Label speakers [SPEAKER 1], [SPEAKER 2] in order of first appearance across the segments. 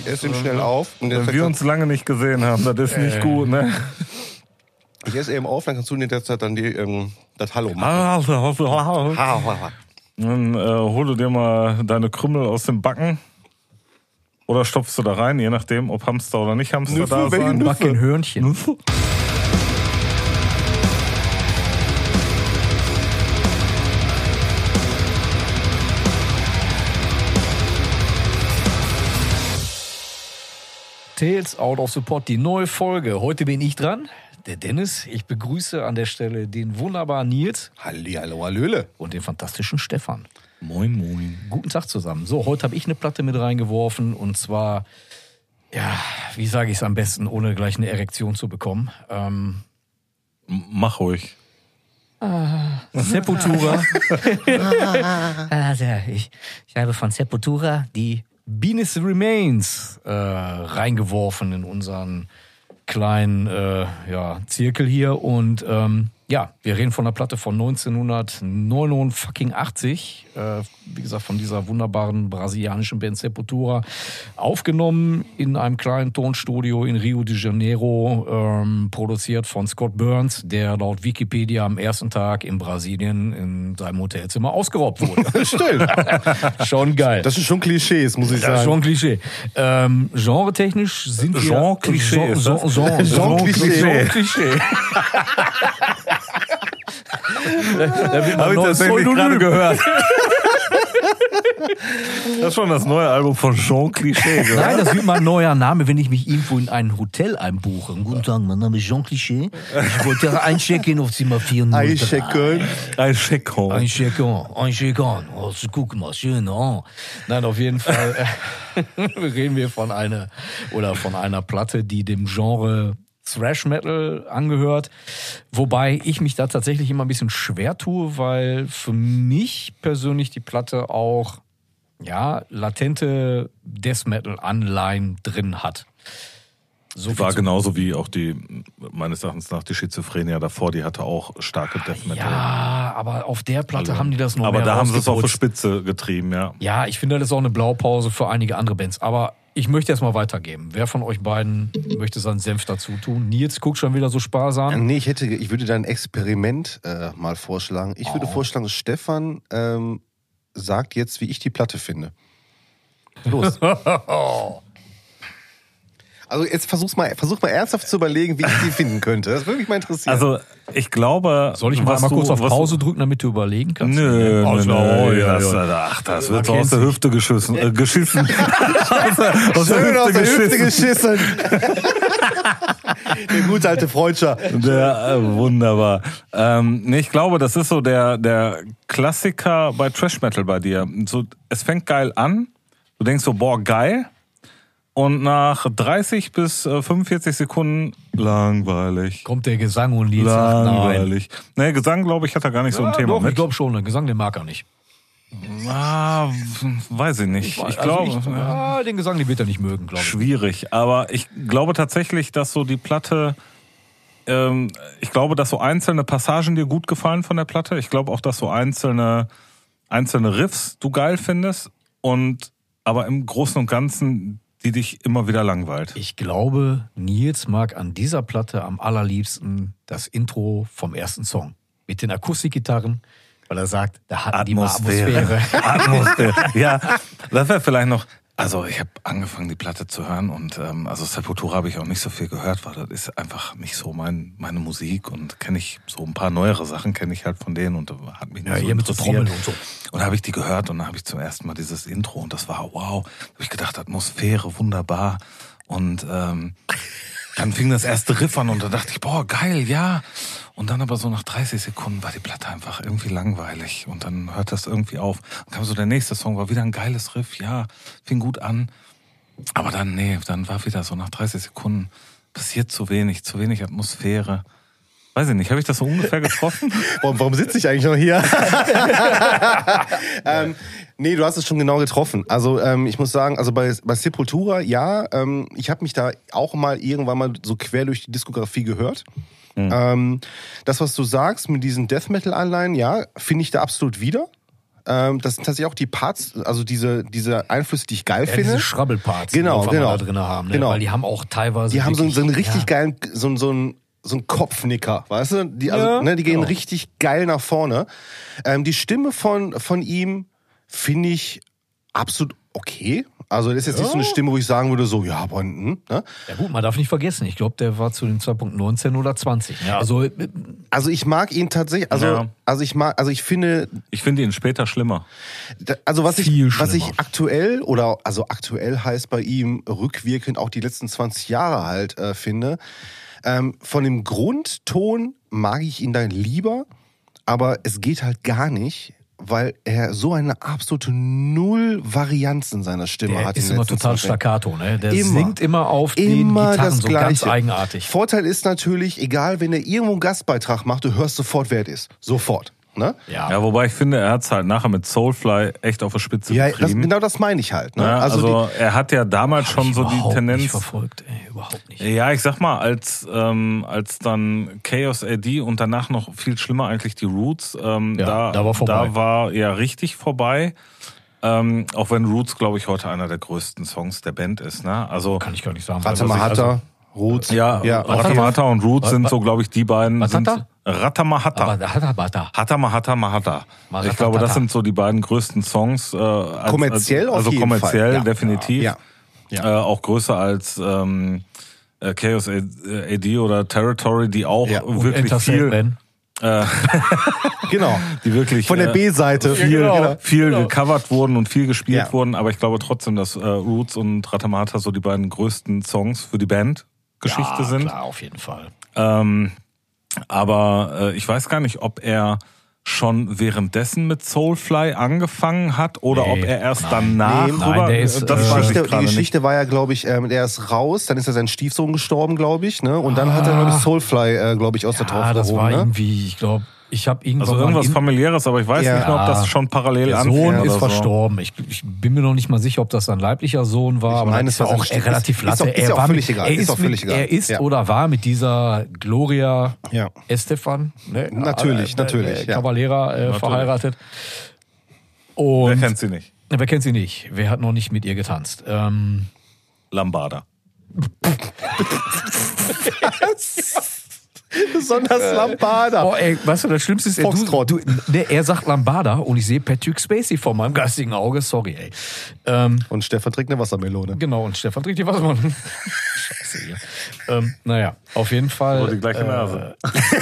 [SPEAKER 1] ich esse ihn schnell auf. Und
[SPEAKER 2] wenn wir uns lange nicht gesehen haben, das ist nicht gut, ne?
[SPEAKER 1] Ich esse eben auf, dann kannst du in der Zeit dann das Hallo machen.
[SPEAKER 2] Dann hol du dir mal deine Krümel aus dem Backen. Oder stopfst du da rein, je nachdem, ob Hamster oder nicht Hamster
[SPEAKER 1] Nüffel,
[SPEAKER 2] da
[SPEAKER 1] welche
[SPEAKER 2] sein.
[SPEAKER 1] Nüffel?
[SPEAKER 3] Backenhörnchen.
[SPEAKER 2] Nüffel?
[SPEAKER 3] Tales Out of Support, die neue Folge. Heute bin ich dran, der Dennis. Ich begrüße an der Stelle den wunderbaren Nils.
[SPEAKER 1] Hallihallo, hallöle.
[SPEAKER 3] Und den fantastischen Stefan.
[SPEAKER 2] Moin, moin.
[SPEAKER 3] Guten Tag zusammen. So, heute habe ich eine Platte mit reingeworfen und zwar, ja, wie sage ich es am besten, ohne gleich eine Erektion zu bekommen.
[SPEAKER 2] Mach ruhig.
[SPEAKER 3] Sepultura. Also, ich habe von Sepultura die Venus Remains reingeworfen in unseren kleinen Zirkel hier und wir reden von einer Platte von 1989, wie gesagt von dieser wunderbaren brasilianischen Band Sepultura, aufgenommen in einem kleinen Tonstudio in Rio de Janeiro, produziert von Scott Burns, der laut Wikipedia am ersten Tag in Brasilien in seinem Hotelzimmer ausgeraubt wurde.
[SPEAKER 1] Stimmt.
[SPEAKER 3] Schon geil.
[SPEAKER 1] Das ist schon Klischees, muss ich
[SPEAKER 3] Das
[SPEAKER 1] sagen.
[SPEAKER 3] ist schon ein Klischee. Genre-technisch sind wir...
[SPEAKER 2] Genre-Klischee ist das?
[SPEAKER 3] Genre-Klischee. Da wird
[SPEAKER 2] Habe ich tatsächlich gerade gehört. Das ist schon das neue Album von Jean Cliché. Gehört.
[SPEAKER 3] Nein, das wird mal ein neuer Name, wenn ich mich irgendwo in ein Hotel einbuche. Guten Tag, mein Name ist Jean Cliché. Ich wollte einchecken auf Zimmer 403. Einchecken. Oh, guck mal, schön. Oh. Nein, auf jeden Fall reden wir von einer Platte, die dem Genre Thrash Metal angehört, wobei ich mich da tatsächlich immer ein bisschen schwer tue, weil für mich persönlich die Platte auch latente Death Metal Anleihen drin hat. So
[SPEAKER 2] war genauso wie auch die, meines Erachtens nach, die Schizophrenia davor, die hatte auch starke Death Metal.
[SPEAKER 3] Ja, aber auf der Platte haben die das noch
[SPEAKER 2] aber
[SPEAKER 3] mehr
[SPEAKER 2] da haben sie es auf die
[SPEAKER 3] rausgeputzt.
[SPEAKER 2] Spitze getrieben, ja.
[SPEAKER 3] Ja, ich finde, das ist auch eine Blaupause für einige andere Bands, aber ich möchte erst mal weitergeben. Wer von euch beiden möchte seinen Senf dazu tun? Nils guckt schon wieder so sparsam.
[SPEAKER 1] Nee, ich würde da ein Experiment mal vorschlagen. Ich würde vorschlagen, Stefan sagt jetzt, wie ich die Platte finde. Los. Also jetzt versuch mal ernsthaft zu überlegen, wie ich die finden könnte. Das würde mich mal interessieren.
[SPEAKER 2] Also ich glaube...
[SPEAKER 3] Soll ich mal kurz auf Pause drücken, damit du überlegen kannst?
[SPEAKER 2] Nö, das wird so aus der Hüfte geschissen.
[SPEAKER 1] Schön aus der Hüfte geschissen. Der gute alte Freudscher.
[SPEAKER 2] Wunderbar. Ich glaube, das ist so der Klassiker bei Thrash Metal bei dir. So, es fängt geil an. Du denkst so, boah, geil. Und nach 30 bis 45 Sekunden langweilig.
[SPEAKER 3] Kommt der Gesang und Nils sagt nein.
[SPEAKER 2] Langweilig. Nee, Gesang, glaube ich, hat er gar nicht so ein Thema
[SPEAKER 3] doch,
[SPEAKER 2] mit.
[SPEAKER 3] ich glaube schon, den Gesang, den mag er nicht.
[SPEAKER 2] Weiß ich nicht. Ich glaube,
[SPEAKER 3] den Gesang, den wird er nicht mögen, glaube ich.
[SPEAKER 2] Schwierig. Aber ich glaube tatsächlich, dass so die Platte, ich glaube, dass so einzelne Passagen dir gut gefallen von der Platte. Ich glaube auch, dass so einzelne Riffs du geil findest. Aber im Großen und Ganzen die dich immer wieder langweilt.
[SPEAKER 3] Ich glaube, Nils mag an dieser Platte am allerliebsten das Intro vom ersten Song. Mit den Akustikgitarren, weil er sagt, da hatten die mal Atmosphäre.
[SPEAKER 2] Ja, das wäre vielleicht noch... Also ich habe angefangen, die Platte zu hören und also Sepultura habe ich auch nicht so viel gehört, weil das ist einfach nicht so meine Musik und kenne ich so ein paar neuere Sachen, kenne ich halt von denen und hat mich nicht so
[SPEAKER 3] hier mit so
[SPEAKER 2] interessiert.
[SPEAKER 3] Trommeln und so.
[SPEAKER 2] Und da habe ich die gehört und dann habe ich zum ersten Mal dieses Intro und das war wow. Da habe ich gedacht, Atmosphäre, wunderbar. Und dann fing das erste Riff an und da dachte ich, boah, geil, ja. Und dann aber so nach 30 Sekunden war die Platte einfach irgendwie langweilig und dann hört das irgendwie auf. Dann kam so der nächste Song, war wieder ein geiles Riff, ja, fing gut an. Aber dann war wieder so nach 30 Sekunden passiert zu wenig Atmosphäre. Weiß ich nicht, habe ich das so ungefähr getroffen?
[SPEAKER 1] Warum sitze ich eigentlich noch hier? Nee, du hast es schon genau getroffen. Also ich muss sagen, also bei Sepultura, ja, ich habe mich da auch irgendwann mal so quer durch die Diskografie gehört. Das, was du sagst mit diesen Death Metal Anleihen, ja, finde ich da absolut wieder. Das sind tatsächlich auch die Parts, also diese Einflüsse, die ich geil finde.
[SPEAKER 3] Diese Schrabbelparts,
[SPEAKER 1] Genau,
[SPEAKER 3] die wir da drin haben. Ne?
[SPEAKER 1] Genau.
[SPEAKER 3] Weil die haben auch teilweise.
[SPEAKER 1] Die haben so einen
[SPEAKER 3] wirklich-
[SPEAKER 1] richtig geilen, so einen Kopfnicker, weißt du? Die gehen
[SPEAKER 3] genau.
[SPEAKER 1] richtig geil nach vorne. Die Stimme von ihm finde ich absolut okay. Also das ist jetzt nicht so eine Stimme, wo ich sagen würde, so, ja, aber, ne?
[SPEAKER 3] Ja gut, man darf nicht vergessen, ich glaube, der war zu dem Zeitpunkt 19 oder 20. Ja, also
[SPEAKER 1] Ich mag ihn tatsächlich, ich finde,
[SPEAKER 2] Ich finde ihn später schlimmer.
[SPEAKER 1] also was
[SPEAKER 3] Viel
[SPEAKER 1] ich
[SPEAKER 3] schlimmer.
[SPEAKER 1] aktuell aktuell heißt bei ihm rückwirkend auch die letzten 20 Jahre halt finde, von dem Grundton mag ich ihn dann lieber, aber es geht halt gar nicht, weil er so eine absolute Null-Varianz in seiner Stimme
[SPEAKER 3] der
[SPEAKER 1] hat.
[SPEAKER 3] ist
[SPEAKER 1] in den
[SPEAKER 3] immer
[SPEAKER 1] letzten
[SPEAKER 3] total
[SPEAKER 1] 20 Jahren.
[SPEAKER 3] staccato, ne? Der
[SPEAKER 1] Immer.
[SPEAKER 3] singt immer auf den
[SPEAKER 1] Immer
[SPEAKER 3] Gitarren
[SPEAKER 1] das
[SPEAKER 3] so ganz
[SPEAKER 1] Gleiche.
[SPEAKER 3] eigenartig.
[SPEAKER 1] Vorteil ist natürlich, egal, wenn er irgendwo einen Gastbeitrag macht, du hörst sofort, wer es ist. Sofort. Ne?
[SPEAKER 2] Ja, wobei ich finde, er hat es halt nachher mit Soulfly echt auf der Spitze
[SPEAKER 1] Ja,
[SPEAKER 2] getrieben.
[SPEAKER 1] genau das meine ich halt. Ne?
[SPEAKER 2] Ja, also er hat ja damals
[SPEAKER 3] Hab
[SPEAKER 2] schon
[SPEAKER 3] ich
[SPEAKER 2] so die
[SPEAKER 3] überhaupt
[SPEAKER 2] Tendenz.
[SPEAKER 3] nicht verfolgt, ey, überhaupt nicht.
[SPEAKER 2] Ja, ich sag mal, als dann Chaos AD und danach noch viel schlimmer eigentlich die Roots,
[SPEAKER 3] da war vorbei.
[SPEAKER 2] Da war ja richtig vorbei. Auch wenn Roots, glaube ich, heute einer der größten Songs der Band ist. Ne? Also
[SPEAKER 3] Kann ich gar nicht sagen.
[SPEAKER 1] Ratamahata, Roots.
[SPEAKER 2] ja, Ratamahata und Roots sind so, glaube ich, die beiden.
[SPEAKER 3] Matata?
[SPEAKER 2] Ratamahata.
[SPEAKER 3] Aber Hatabata.
[SPEAKER 2] Hatamahata Mahata. Ich glaube, das sind so die beiden größten Songs.
[SPEAKER 1] Kommerziell auf
[SPEAKER 2] also
[SPEAKER 1] jeden
[SPEAKER 2] kommerziell
[SPEAKER 1] Fall. Ja.
[SPEAKER 2] definitiv.
[SPEAKER 1] Ja.
[SPEAKER 2] Auch größer als Chaos AD oder Territory, die auch
[SPEAKER 3] Und
[SPEAKER 2] wirklich
[SPEAKER 3] Enter
[SPEAKER 2] viel,
[SPEAKER 3] Sandman.
[SPEAKER 1] Genau.
[SPEAKER 2] die wirklich
[SPEAKER 1] Von der B-Seite.
[SPEAKER 2] viel gecovert wurden und viel gespielt
[SPEAKER 1] Ja.
[SPEAKER 2] wurden. Aber ich glaube trotzdem, dass Roots und Ratamahata so die beiden größten Songs für die Bandgeschichte sind.
[SPEAKER 3] Klar, auf jeden Fall.
[SPEAKER 2] Aber ich weiß gar nicht, ob er schon währenddessen mit Soulfly angefangen hat oder
[SPEAKER 3] Nee,
[SPEAKER 2] ob er erst
[SPEAKER 3] nein.
[SPEAKER 2] danach
[SPEAKER 1] Nee,
[SPEAKER 3] nein, der ist,
[SPEAKER 2] das weiß ich
[SPEAKER 1] Die
[SPEAKER 2] gerade nicht.
[SPEAKER 1] Geschichte war ja, glaube ich, er ist raus, dann ist er sein Stiefsohn gestorben, glaube ich, ne? Und dann hat er, glaube ich, Soulfly, glaube ich, aus der Taufe
[SPEAKER 3] Das war
[SPEAKER 1] gehoben, ne?
[SPEAKER 3] irgendwie, ich glaube, ich habe irgendwann
[SPEAKER 2] Also irgendwas familiäres, aber ich weiß
[SPEAKER 1] Ja.
[SPEAKER 2] nicht mehr, ob das schon parallel
[SPEAKER 3] der
[SPEAKER 2] anfing
[SPEAKER 3] Sohn
[SPEAKER 2] oder
[SPEAKER 3] ist
[SPEAKER 2] so.
[SPEAKER 3] verstorben. Ich bin mir noch nicht mal sicher, ob das sein leiblicher Sohn war, aber
[SPEAKER 1] meine,
[SPEAKER 3] das
[SPEAKER 1] es war
[SPEAKER 3] ist auch
[SPEAKER 1] sein
[SPEAKER 3] relativ
[SPEAKER 1] Stief- ist
[SPEAKER 3] latte.
[SPEAKER 1] auch- ist
[SPEAKER 3] Er
[SPEAKER 1] auch
[SPEAKER 3] war
[SPEAKER 1] völlig
[SPEAKER 3] mit-
[SPEAKER 1] egal,
[SPEAKER 3] Er
[SPEAKER 1] ist
[SPEAKER 3] ist
[SPEAKER 1] auch völlig
[SPEAKER 3] mit,
[SPEAKER 1] egal.
[SPEAKER 3] er ist
[SPEAKER 1] Ja.
[SPEAKER 3] oder war mit dieser Gloria
[SPEAKER 1] Ja.
[SPEAKER 3] Estefan, ne?
[SPEAKER 1] Natürlich. Ja.
[SPEAKER 3] Cavalera verheiratet. Und
[SPEAKER 2] Wer kennt sie nicht?
[SPEAKER 3] Wer kennt sie nicht? Wer hat noch nicht mit ihr getanzt?
[SPEAKER 2] Lambada.
[SPEAKER 1] Besonders Lambada.
[SPEAKER 3] Oh, ey, weißt du, das Schlimmste ist,
[SPEAKER 1] Foxtrot.
[SPEAKER 3] er sagt Lambada und ich sehe Patrick Spacey vor meinem geistigen Auge. Sorry, ey.
[SPEAKER 1] Und Stefan trinkt eine Wassermelone.
[SPEAKER 3] Genau, und Stefan trinkt die Wassermelone. Scheiße hier. Naja, auf jeden Fall.
[SPEAKER 2] Oh, die gleiche Nase.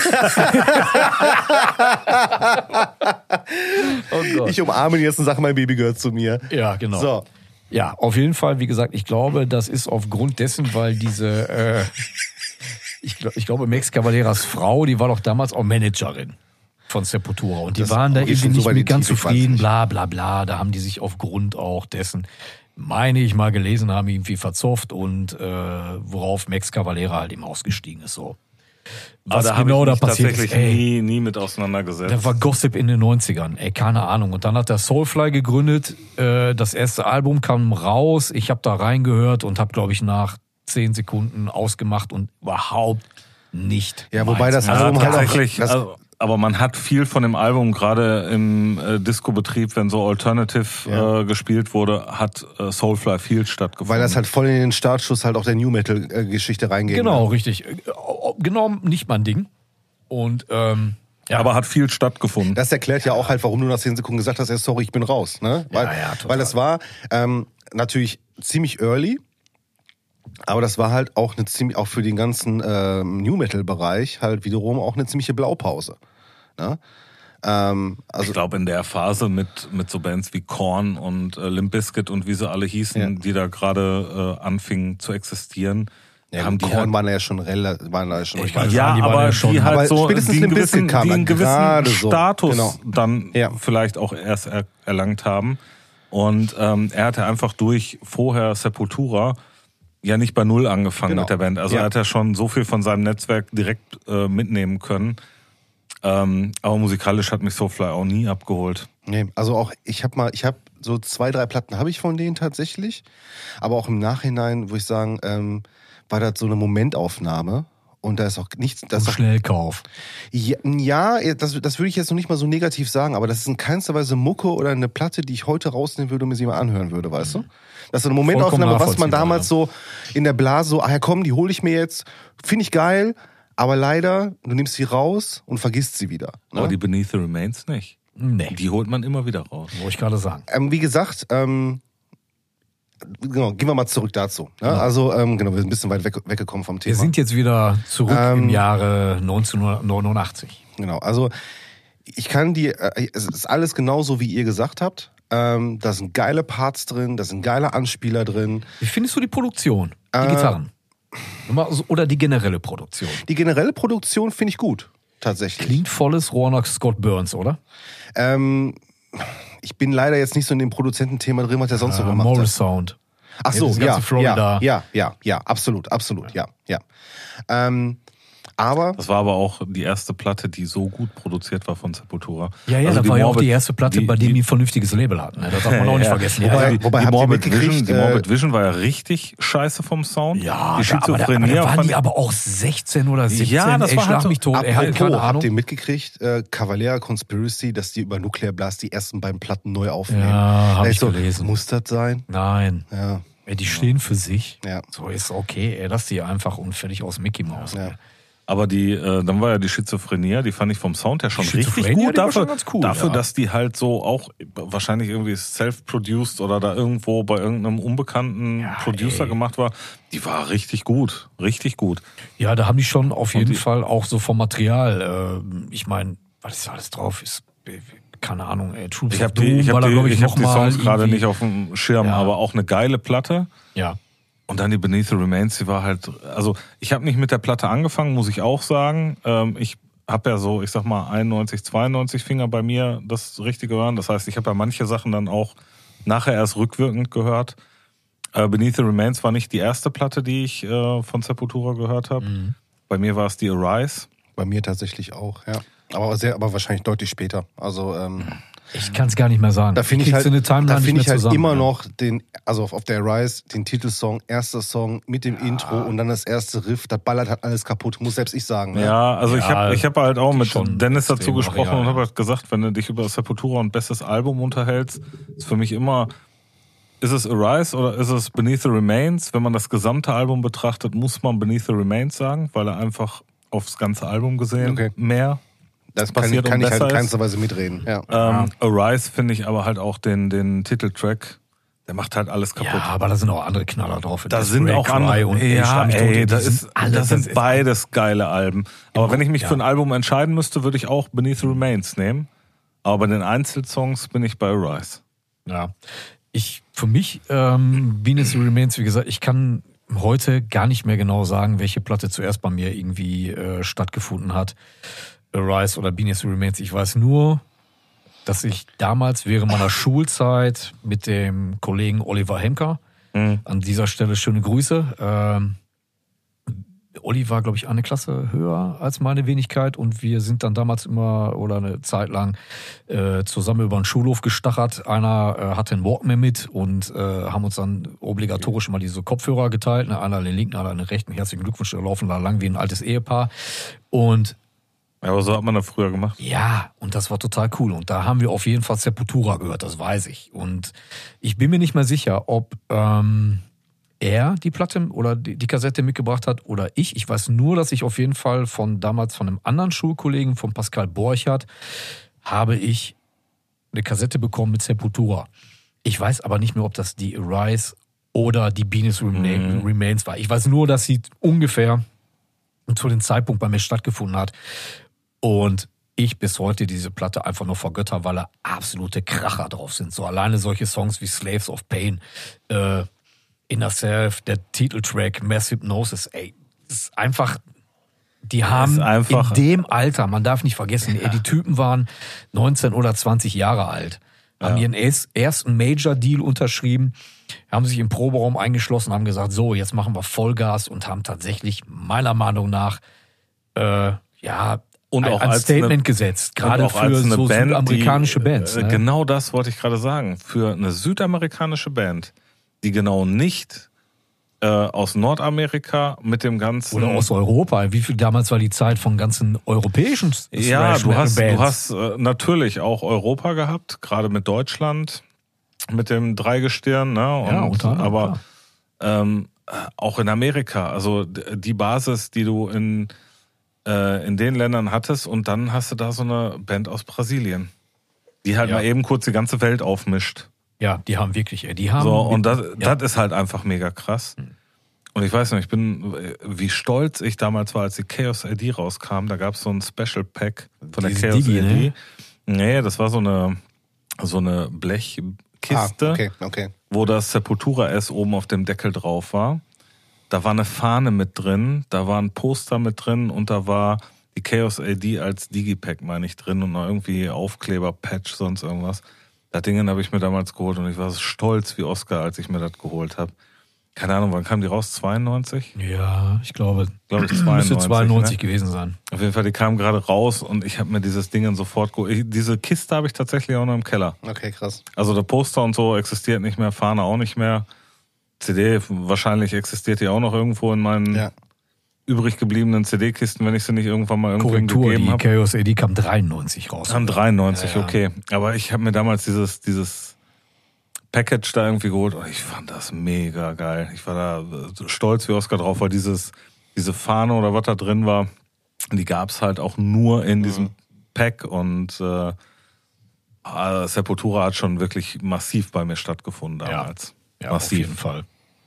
[SPEAKER 3] Oh Gott.
[SPEAKER 1] Ich umarme ihn jetzt und sage, mein Baby gehört zu mir.
[SPEAKER 3] Ja, genau.
[SPEAKER 1] So.
[SPEAKER 3] Ja, auf jeden Fall, wie gesagt, ich glaube, das ist aufgrund dessen, weil diese, ich glaube, Max Cavaleras Frau, die war doch damals auch Managerin von Sepultura und die
[SPEAKER 1] Das
[SPEAKER 3] waren da
[SPEAKER 1] geht
[SPEAKER 3] irgendwie
[SPEAKER 1] schon so
[SPEAKER 3] nicht
[SPEAKER 1] weit in
[SPEAKER 3] mit
[SPEAKER 1] die
[SPEAKER 3] ganz
[SPEAKER 1] Tiefe, ich weiß
[SPEAKER 3] zufrieden,
[SPEAKER 1] nicht.
[SPEAKER 3] bla bla bla. Da haben die sich aufgrund auch dessen, meine ich mal gelesen haben, irgendwie verzofft und worauf Max Cavalera halt eben ausgestiegen ist. So. Was
[SPEAKER 2] da
[SPEAKER 3] genau
[SPEAKER 2] habe
[SPEAKER 3] da
[SPEAKER 2] ich mich
[SPEAKER 3] passiert ist,
[SPEAKER 2] tatsächlich nie mit auseinandergesetzt.
[SPEAKER 3] da war Gossip in den 90ern, ey, keine Ahnung. Und dann hat er Soulfly gegründet, das erste Album kam raus, ich habe da reingehört und habe, glaube ich, nach 10 Sekunden ausgemacht und überhaupt nicht.
[SPEAKER 1] Ja, wobei das
[SPEAKER 3] meins.
[SPEAKER 2] Ja,
[SPEAKER 1] Album halt auch-
[SPEAKER 2] tatsächlich.
[SPEAKER 1] das-
[SPEAKER 2] Aber man hat viel von dem Album, gerade im Disco-Betrieb, wenn so Alternative gespielt wurde, hat Soulfly viel stattgefunden.
[SPEAKER 1] Weil das halt voll in den Startschuss halt auch der New Metal-Geschichte reingeht.
[SPEAKER 3] Genau, richtig. Genau, nicht mein Ding. Und ja.
[SPEAKER 2] Aber hat viel stattgefunden.
[SPEAKER 1] Das erklärt ja auch halt, warum du nach 10 Sekunden gesagt hast, ey, sorry, ich bin raus. Ne? Weil,
[SPEAKER 3] Ja, total.
[SPEAKER 1] weil es war natürlich ziemlich early, aber das war halt auch auch für den ganzen New Metal-Bereich halt wiederum auch eine ziemliche Blaupause. Ne?
[SPEAKER 2] Ich glaube, in der Phase mit so Bands wie Korn und Limp Bizkit und wie sie alle hießen, die da gerade anfingen zu existieren, haben die
[SPEAKER 1] Korn
[SPEAKER 2] halt,
[SPEAKER 1] waren ja schon relativ, waren da schon.
[SPEAKER 3] wollte gerade
[SPEAKER 2] ja,
[SPEAKER 3] sagen, die waren
[SPEAKER 2] aber
[SPEAKER 3] ja schon-
[SPEAKER 2] die halt
[SPEAKER 1] aber
[SPEAKER 2] so
[SPEAKER 1] spätestens
[SPEAKER 2] die einen
[SPEAKER 1] Limp Bizkit
[SPEAKER 2] gewissen,
[SPEAKER 1] kam
[SPEAKER 2] die
[SPEAKER 1] ja
[SPEAKER 2] einen gewissen
[SPEAKER 1] gerade so.
[SPEAKER 2] Status
[SPEAKER 1] Genau.
[SPEAKER 2] dann
[SPEAKER 1] Ja.
[SPEAKER 2] vielleicht auch erst erlangt haben. Und er hatte einfach durch vorher Sepultura ja nicht bei Null angefangen
[SPEAKER 1] Genau.
[SPEAKER 2] mit der Band. Also
[SPEAKER 1] Ja.
[SPEAKER 2] er hat ja schon so viel von seinem Netzwerk direkt mitnehmen können. Aber musikalisch hat mich Soulfly auch nie abgeholt.
[SPEAKER 1] Nee, also auch, ich habe so 2, 3 Platten habe ich von denen tatsächlich, aber auch im Nachhinein, wo ich sagen, war das so eine Momentaufnahme Und da ist auch nichts.
[SPEAKER 3] Und Schnellkauf.
[SPEAKER 1] Ja, das würde ich jetzt noch nicht mal so negativ sagen, aber das ist in keinster Weise Mucke oder eine Platte, die ich heute rausnehmen würde und mir sie mal anhören würde, weißt du? Das ist eine Momentaufnahme, was man damals so in der Blase so, ach ja komm, die hole ich mir jetzt, finde ich geil, aber leider, du nimmst sie raus und vergisst sie wieder. Ne?
[SPEAKER 2] Aber die Beneath the Remains nicht.
[SPEAKER 3] Nee.
[SPEAKER 2] Die holt man immer wieder raus.
[SPEAKER 3] Wollte ich gerade sagen.
[SPEAKER 1] Wie gesagt, genau, gehen wir mal zurück dazu. Ne? Also, genau, wir sind ein bisschen weit weggekommen vom Thema.
[SPEAKER 3] Wir sind jetzt wieder zurück im Jahre 1989.
[SPEAKER 1] Genau, also ich kann es ist alles genauso, wie ihr gesagt habt. Da sind geile Parts drin, da sind geile Anspieler drin.
[SPEAKER 3] Wie findest du die Produktion? Die Gitarren? Oder die generelle Produktion?
[SPEAKER 1] Die generelle Produktion finde ich gut, tatsächlich.
[SPEAKER 3] Klingt volles Rohr nach Scott Burns, oder?
[SPEAKER 1] Ich bin leider jetzt nicht so in dem Produzententhema drin, was der sonst so gemacht hat.
[SPEAKER 3] Morris Sound.
[SPEAKER 1] Ach so,
[SPEAKER 3] das ganze Florida.
[SPEAKER 1] ja, absolut, ja. Aber
[SPEAKER 2] Das war aber auch die erste Platte, die so gut produziert war von Sepultura.
[SPEAKER 3] Ja,
[SPEAKER 2] also
[SPEAKER 3] das war ja auch die erste Platte, bei dem die ein vernünftiges Label hatten. Das darf man auch nicht vergessen.
[SPEAKER 1] Wobei
[SPEAKER 2] die
[SPEAKER 1] habt ihr
[SPEAKER 2] Morbid Vision war ja richtig scheiße vom Sound.
[SPEAKER 3] Ja,
[SPEAKER 2] die Schizophrenie
[SPEAKER 3] da waren die aber auch 16 oder 17.
[SPEAKER 2] Ja, das war
[SPEAKER 3] schlag
[SPEAKER 2] halt
[SPEAKER 3] mich tot. Keine Ahnung.
[SPEAKER 1] Habt ihr mitgekriegt, Cavalera Conspiracy, dass die über Nuclear Blast die ersten beiden Platten neu aufnehmen?
[SPEAKER 3] Ja, hab ich gelesen.
[SPEAKER 1] Muss das sein?
[SPEAKER 3] Nein.
[SPEAKER 1] Ja.
[SPEAKER 3] Die stehen für sich.
[SPEAKER 1] Ja.
[SPEAKER 3] So ist okay. Lass die einfach unfertig aus Mickey Mouse.
[SPEAKER 1] Ja.
[SPEAKER 2] Aber dann war ja die Schizophrenie, die fand ich vom Sound her schon richtig gut. Dafür, dass die halt so auch wahrscheinlich irgendwie self-produced oder da irgendwo bei irgendeinem unbekannten Producer gemacht war. Die war richtig gut. Richtig gut.
[SPEAKER 3] Ja, da haben die schon auf jeden Fall auch so vom Material, ich meine, was ist da alles drauf? Ist, keine Ahnung, Troops of Doom.
[SPEAKER 2] Ich hab die Songs gerade nicht auf dem Schirm, aber auch eine geile Platte.
[SPEAKER 3] Ja.
[SPEAKER 2] Und dann die Beneath the Remains, die war halt, also ich habe nicht mit der Platte angefangen, muss ich auch sagen. Ich habe ja so, ich sag mal 91, 92 Finger bei mir das Richtige hören. Das heißt, ich habe ja manche Sachen dann auch nachher erst rückwirkend gehört. Beneath the Remains war nicht die erste Platte, die ich von Sepultura gehört habe. Mhm. Bei mir war es die Arise.
[SPEAKER 1] Bei mir tatsächlich auch, ja. Aber wahrscheinlich deutlich später. Also
[SPEAKER 3] ich kann es gar nicht mehr sagen.
[SPEAKER 1] Da finde ich halt, immer noch auf der Rise den Titelsong, erster Song mit dem Intro und dann das erste Riff, das ballert halt alles kaputt, muss selbst ich sagen. Ne?
[SPEAKER 2] Ja, also ich hab halt auch mit Dennis dazu gesprochen und habe halt gesagt, wenn du dich über Sepultura und bestes Album unterhältst, ist für mich immer, ist es Arise oder ist es Beneath the Remains? Wenn man das gesamte Album betrachtet, muss man Beneath the Remains sagen, weil er einfach aufs ganze Album gesehen mehr
[SPEAKER 1] das kann ich halt in keinster Weise mitreden. Ja.
[SPEAKER 2] Arise finde ich aber halt auch den Titeltrack, der macht halt alles kaputt.
[SPEAKER 3] Ja, aber da sind auch andere Knaller drauf.
[SPEAKER 2] Da sind auch andere. Und das sind beides geile Alben. Aber wenn ich mich für ein Album entscheiden müsste, würde ich auch Beneath the Remains nehmen. Aber bei den Einzelsongs bin ich bei Arise.
[SPEAKER 3] Ja, für mich, Beneath the Remains, wie gesagt, ich kann heute gar nicht mehr genau sagen, welche Platte zuerst bei mir irgendwie stattgefunden hat. Arise oder Beneath the Remains. Ich weiß nur, dass ich damals während meiner Schulzeit mit dem Kollegen Oliver Hemker, an dieser Stelle schöne Grüße, Olli war, glaube ich, eine Klasse höher als meine Wenigkeit und wir sind dann damals immer oder eine Zeit lang zusammen über den Schulhof gestachert. Einer hatte einen Walkman mit und haben uns dann obligatorisch immer diese Kopfhörer geteilt. Ne? Einer an den linken, einer an den rechten. Herzlichen Glückwunsch, wir laufen da lang wie ein altes Ehepaar. Und
[SPEAKER 2] ja, aber so hat man das früher gemacht.
[SPEAKER 3] Ja, und das war total cool. Und da haben wir auf jeden Fall Sepultura gehört, das weiß ich. Und ich bin mir nicht mehr sicher, ob er die Platte oder die Kassette mitgebracht hat oder ich. Ich weiß nur, dass ich auf jeden Fall damals von einem anderen Schulkollegen, von Pascal Borchardt, habe ich eine Kassette bekommen mit Sepultura. Ich weiß aber nicht mehr, ob das die Arise oder die Beneath Remains war. Ich weiß nur, dass sie ungefähr zu dem Zeitpunkt bei mir stattgefunden hat. Und ich bis heute diese Platte einfach nur vergötter, weil da absolute Kracher drauf sind. So alleine solche Songs wie Slaves of Pain, Inner Self, der Titeltrack, Mass Hypnosis, ey, das ist einfach, die haben in dem Alter, man darf nicht vergessen, die Typen waren 19 oder 20 Jahre alt, haben ihren ersten Major-Deal unterschrieben, haben sich im Proberaum eingeschlossen, haben gesagt, so, jetzt machen wir Vollgas und haben tatsächlich meiner Meinung nach, und auch ein Statement gesetzt, gerade für so Band, südamerikanische Bands. Ne?
[SPEAKER 2] Genau das wollte ich gerade sagen. Für eine südamerikanische Band, die genau nicht aus Nordamerika mit dem ganzen...
[SPEAKER 3] Oder aus Europa. Wie viel damals war die Zeit von ganzen europäischen
[SPEAKER 2] Ja, du hast
[SPEAKER 3] Thrash-Metal-Bands?
[SPEAKER 2] natürlich auch Europa gehabt, gerade mit Deutschland, mit dem Dreigestirn, ne? Und,
[SPEAKER 3] Ja, unter anderem,
[SPEAKER 2] aber auch in Amerika, also die Basis, die du in den Ländern hattest, und dann hast du da so eine Band aus Brasilien, die halt mal eben kurz die ganze Welt aufmischt.
[SPEAKER 3] Ja, die haben wirklich, die haben...
[SPEAKER 2] So, und das ist halt einfach mega krass. Und ich weiß nicht, wie stolz ich damals war, als die Chaos AD rauskam. Da gab es so ein Special Pack von der
[SPEAKER 3] Diese
[SPEAKER 2] Chaos
[SPEAKER 3] Digi,
[SPEAKER 2] AD.
[SPEAKER 3] ne?
[SPEAKER 2] Nee, das war so eine Blechkiste,
[SPEAKER 1] Okay.
[SPEAKER 2] wo das Sepultura S oben auf dem Deckel drauf war. Da war eine Fahne mit drin, da war ein Poster mit drin und da war die Chaos AD als Digipack, meine ich, drin und noch irgendwie Aufkleber, Patch, sonst irgendwas. Das Ding habe ich mir damals geholt und ich war so stolz wie Oscar, als ich mir das geholt habe. Keine Ahnung, wann kam die raus? 92?
[SPEAKER 3] Ja, ich glaube
[SPEAKER 2] 92.
[SPEAKER 3] Müsste 92
[SPEAKER 2] ne?
[SPEAKER 3] gewesen sein.
[SPEAKER 2] Auf jeden Fall, die kamen gerade raus und ich habe mir dieses Ding sofort geholt. Diese Kiste habe ich tatsächlich auch noch im Keller.
[SPEAKER 1] Okay, krass.
[SPEAKER 2] Also der Poster und so existiert nicht mehr, Fahne auch nicht mehr. CD wahrscheinlich existiert die auch noch irgendwo in meinen übrig gebliebenen CD-Kisten, wenn ich sie nicht irgendwann mal irgendwem
[SPEAKER 3] Korrektur,
[SPEAKER 2] gegeben
[SPEAKER 3] die
[SPEAKER 2] habe.
[SPEAKER 3] Chaos AD kam 93 raus.
[SPEAKER 2] Kam 93,
[SPEAKER 3] Ja.
[SPEAKER 2] okay. Aber ich habe mir damals dieses Package da irgendwie geholt und ich fand das mega geil. Ich war da stolz wie Oscar drauf, weil diese Fahne oder was da drin war, die gab's halt auch nur in diesem Pack und Sepultura hat schon wirklich massiv bei mir stattgefunden damals.
[SPEAKER 3] Ja,
[SPEAKER 2] massiv.
[SPEAKER 3] auf jeden Fall.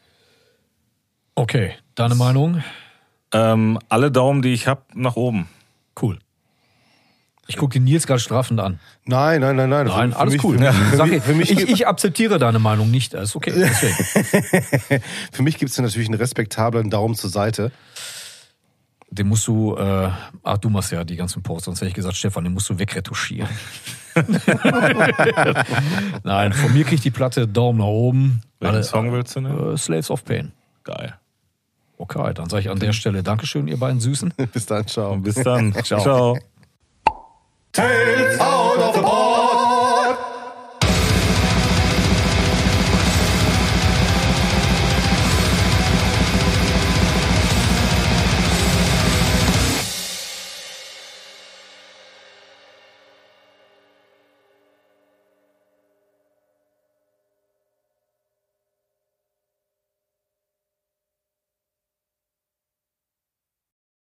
[SPEAKER 3] Okay, deine Meinung?
[SPEAKER 2] Alle Daumen, die ich habe, nach oben.
[SPEAKER 3] Cool. Ich gucke den Nils gerade strafend an.
[SPEAKER 1] Nein.
[SPEAKER 3] Nein, alles cool. Ich akzeptiere deine Meinung nicht. Das ist okay. Deswegen.
[SPEAKER 1] Für mich gibt es natürlich einen respektablen Daumen zur Seite.
[SPEAKER 3] Den musst du, du machst ja die ganzen Posts, sonst hätte ich gesagt, Stefan, den musst du wegretuschieren. Nein, von mir kriegt die Platte Daumen nach oben.
[SPEAKER 2] Welchen Song willst du nehmen?
[SPEAKER 3] Slaves of Pain.
[SPEAKER 2] Geil.
[SPEAKER 3] Okay, dann sage ich an der Stelle Dankeschön, ihr beiden Süßen.
[SPEAKER 1] Bis dann, ciao.
[SPEAKER 2] Bis dann.
[SPEAKER 3] Ciao.
[SPEAKER 1] Tales